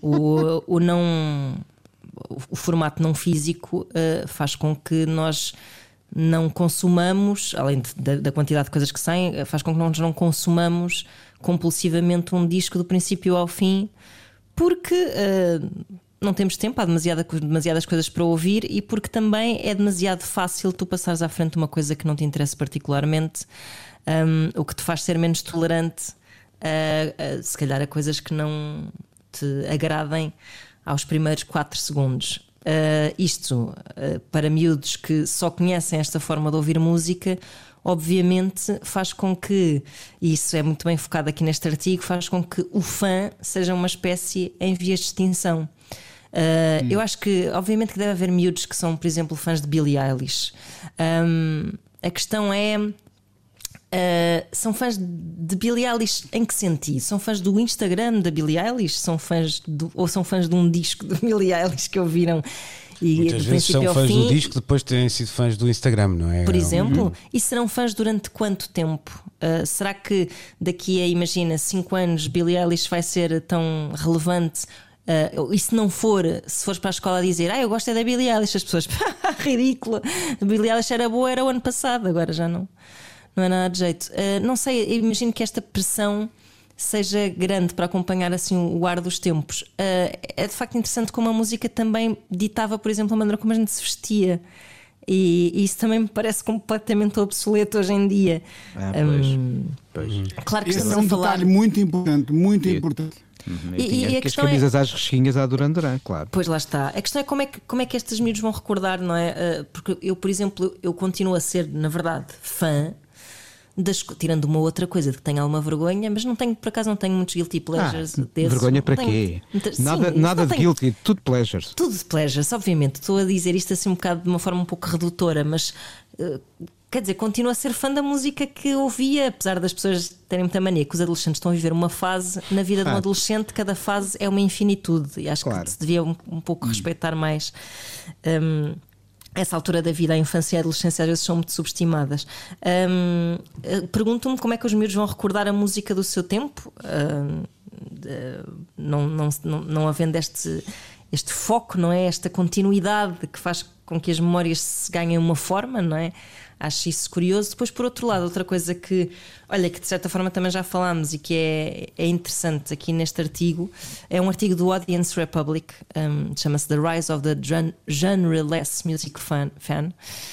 o, o não. O formato não físico uh, faz com que nós não consumamos, além de, da, da quantidade de coisas que saem, faz com que nós não consumamos compulsivamente um disco do princípio ao fim, porque uh, não temos tempo, há demasiada, demasiadas coisas para ouvir e porque também é demasiado fácil tu passares à frente de uma coisa que não te interessa particularmente, um, o que te faz ser menos tolerante a, a, se calhar a coisas que não te agradem aos primeiros quatro segundos. Uh, isto uh, para miúdos que só conhecem esta forma de ouvir música, obviamente faz com que, e isso é muito bem focado aqui neste artigo, faz com que o fã seja uma espécie em vias de extinção. Uh, hum. Eu acho que obviamente que deve haver miúdos que são, por exemplo, fãs de Billie Eilish. Um, a questão é Uh, são fãs de Billie Eilish em que sentido? São fãs do Instagram da Billie Eilish? São fãs do, ou são fãs de um disco de Billie Eilish que ouviram e Muitas do vezes princípio são ao fãs fim, do disco depois de terem sido fãs do Instagram, não é? por exemplo? Uhum. E serão fãs durante quanto tempo? Uh, será que daqui a, imagina, cinco anos Billie Eilish vai ser tão relevante? Uh, e se não for, se fores para a escola a dizer ah, eu gosto é da Billie Eilish, as pessoas ridícula, a Billie Eilish era boa, era o ano passado, agora já não. Não é nada de jeito. Uh, não sei, eu imagino que esta pressão seja grande para acompanhar assim o ar dos tempos. Uh, é de facto interessante como a música também ditava, por exemplo, a maneira como a gente se vestia. E, e isso também me parece completamente obsoleto hoje em dia. Ah, pois. Um, Pois. claro que Esse estamos é um a falar. detalhe muito importante, muito E- importante. Uhum. E- E, e tinha a que as questão é- camisas às resquinhas à Duran Duran, claro. Pois lá está. A questão é como é que, como é que estes miúdos vão recordar, não é? Uh, porque eu, por exemplo, eu continuo a ser, na verdade, fã. Das, tirando uma outra coisa de que tenho alguma vergonha, mas não tenho, por acaso não tenho muitos guilty pleasures Ah, desses. vergonha para Não tenho quê? muita- sim, nada isso nada não de tenho- guilty, tudo pleasures. Tudo de pleasures, obviamente. Estou a dizer isto assim um bocado de uma forma um pouco redutora, mas uh, quer dizer, continuo a ser fã da música que ouvia, apesar das pessoas terem muita mania que os adolescentes estão a viver uma fase na vida de um Ah. adolescente, cada fase é uma infinitude e acho Claro. que se devia um, um pouco respeitar mais. Um, essa altura da vida, a infância e a adolescência às vezes são muito subestimadas. Um, uh, Pergunto-me como é que os miúdos vão recordar a música do seu tempo, um, de- não, não, não, não havendo este, este foco, não é? Esta continuidade que faz com que as memórias se ganhem uma forma, não é? Acho isso curioso. Depois, por outro lado, outra coisa que, olha, que de certa forma também já falámos e que é, é interessante aqui neste artigo, é um artigo do Audience Republic, um, chama-se The Rise of the Gen- Genreless Music Fan, fan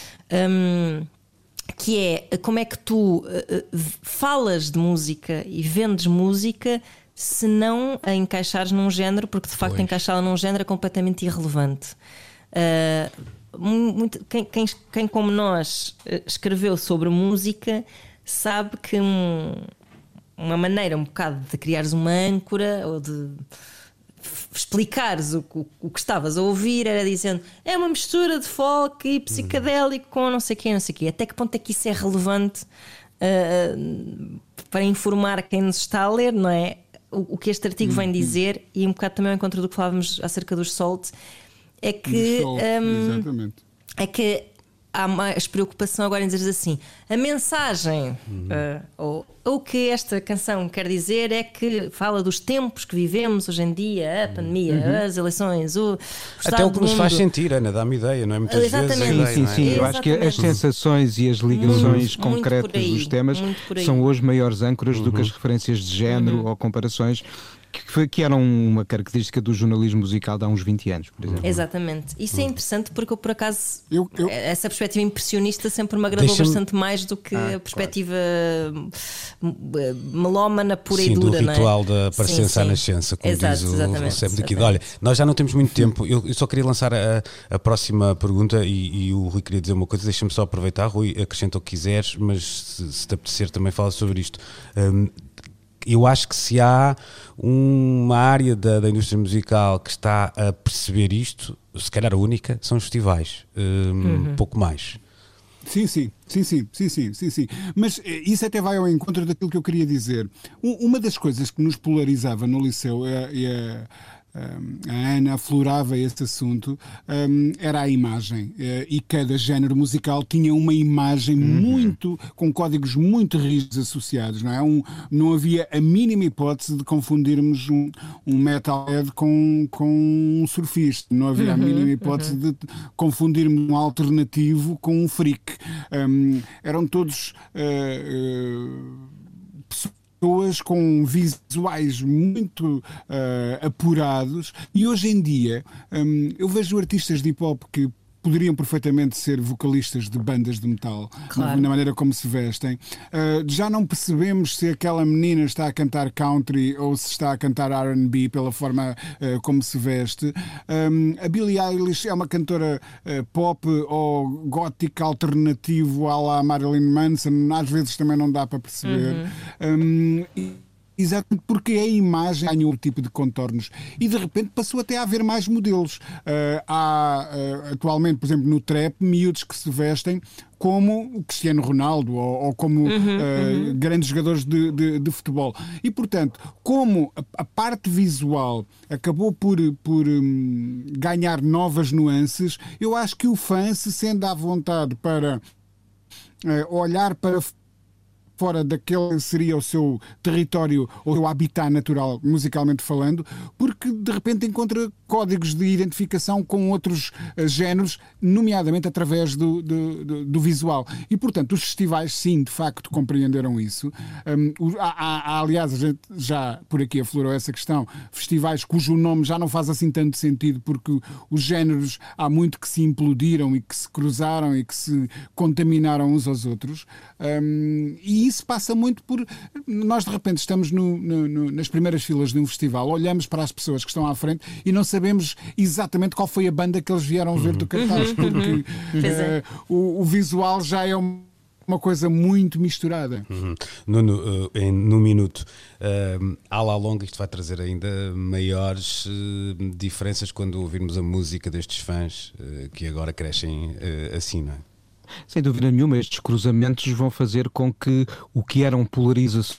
um, que é como é que tu uh, uh, falas de música e vendes música se não a encaixares num género, porque de facto Pois. encaixá-la num género é completamente irrelevante. Uh, muito, quem, quem, quem como nós escreveu sobre música sabe que um, uma maneira um bocado de criares uma âncora ou de explicares o, o, o que estavas a ouvir era dizendo é uma mistura de folk e psicadélico com não sei o quê, não sei o quê. Até que ponto é que isso é relevante uh, para informar quem nos está a ler, não é? O, o que este artigo vem dizer, e um bocado também ao encontro do que falávamos acerca dos Salt, é que Salt, um, exatamente. é que há mais preocupação agora em dizer assim: a mensagem uhum. uh, ou o que esta canção quer dizer é que fala dos tempos que vivemos hoje em dia, a pandemia, uhum. as eleições, o, o até o que nos mundo. Faz sentir, Ana, dá-me ideia, não é? Muitas Exatamente. vezes Sim, ideia, sim, não é? sim. Eu acho que as sensações e as ligações muito, concretas muito aí, dos temas são hoje maiores âncoras uhum. do que as referências de género uhum. ou comparações que, foi, que eram uma característica do jornalismo musical de há uns vinte anos, por exemplo. Exatamente. Isso é interessante porque eu, por acaso, eu, eu... essa perspectiva impressionista sempre me agradou Deixa-me... bastante mais do que ah, a perspectiva claro. melómana pura sim, e dura. Do ritual não é? da parecença à nascença, como Exato, diz o exatamente, Liquido. Olha, nós já não temos muito tempo, eu, eu só queria lançar a, a próxima pergunta e, e o Rui queria dizer uma coisa, deixa-me só aproveitar, Rui, acrescenta o que quiseres, mas se, se te apetecer também fala sobre isto. Um, Eu acho que se há uma área da, da indústria musical que está a perceber isto, se calhar a única, são os festivais. Um, uhum. Pouco mais. Sim, sim, sim, sim, sim, sim, sim, sim. Mas isso até vai ao encontro daquilo que eu queria dizer. Uma das coisas que nos polarizava no liceu e a, a Ana aflorava esse assunto, um, era a imagem, e cada género musical tinha uma imagem uhum. muito, com códigos muito rígidos associados, não é? Um, não havia a mínima hipótese de confundirmos um, um metalhead com, com um surfista, não havia uhum, a mínima hipótese uhum. de confundirmos um alternativo com um freak. Um, eram todos uh, uh, pessoas com visuais muito uh, apurados, e hoje em dia um, eu vejo artistas de hip-hop que poderiam perfeitamente ser vocalistas de bandas de metal, claro. na maneira como se vestem. Uh, já não percebemos se aquela menina está a cantar country ou se está a cantar R and B pela forma uh, como se veste. Um, a Billie Eilish é uma cantora uh, pop ou gótica alternativo à la Marilyn Manson, às vezes também não dá para perceber. Uhum. Um, e Exatamente, porque a imagem ganhou outro tipo de contornos e de repente passou até a haver mais modelos. Uh, há uh, atualmente, por exemplo, no trap, miúdos que se vestem como o Cristiano Ronaldo ou, ou como uhum, uh, uhum. grandes jogadores de, de, de futebol. E, portanto, como a, a parte visual acabou por, por um, ganhar novas nuances, eu acho que o fã se sente à vontade para uh, olhar para fora daquele que seria o seu território ou o seu habitat natural, musicalmente falando, porque de repente encontra códigos de identificação com outros uh, géneros, nomeadamente através do, do, do, do visual. E, portanto, os festivais, sim, de facto, compreenderam isso. Um, há, há, aliás, a gente já por aqui aflorou essa questão, festivais cujo nome já não faz assim tanto sentido, porque os géneros há muito que se implodiram e que se cruzaram e que se contaminaram uns aos outros. Um, e isso passa muito por... Nós, de repente, estamos no, no, no, nas primeiras filas de um festival, olhamos para as pessoas que estão à frente e não sabemos exatamente qual foi a banda que eles vieram ver do cartaz, porque uh, o, o visual já é um... uma coisa muito misturada. Uhum. No, no, uh, em, no minuto, uh, à la longa, isto vai trazer ainda maiores uh, diferenças quando ouvirmos a música destes fãs uh, que agora crescem uh, assim, não é? Sem dúvida nenhuma, estes cruzamentos vão fazer com que o que eram polarizações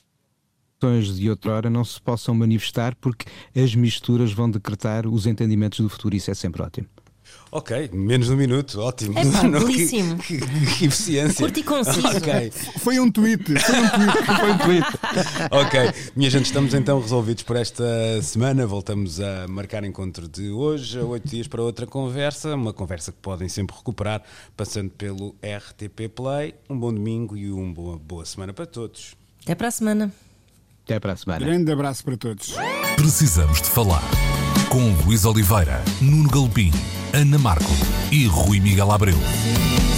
de outrora não se possam manifestar, porque as misturas vão decretar os entendimentos do futuro. Isso é sempre ótimo. Ok, menos de um minuto, ótimo. É pá, belíssimo. Que, que, que eficiência. Curto e conciso. Okay. Foi um tweet, foi um tweet, foi um tweet. Ok, minha gente, estamos então resolvidos por esta semana. Voltamos a marcar encontro de hoje, a oito dias para outra conversa. Uma conversa que podem sempre recuperar passando pelo R T P Play. Um bom domingo e uma boa, boa semana para todos. Até para a semana. Até para a semana. Grande abraço para todos. Precisamos de falar com Luís Oliveira, Nuno Galpim, Ana Marco e Rui Miguel Abreu.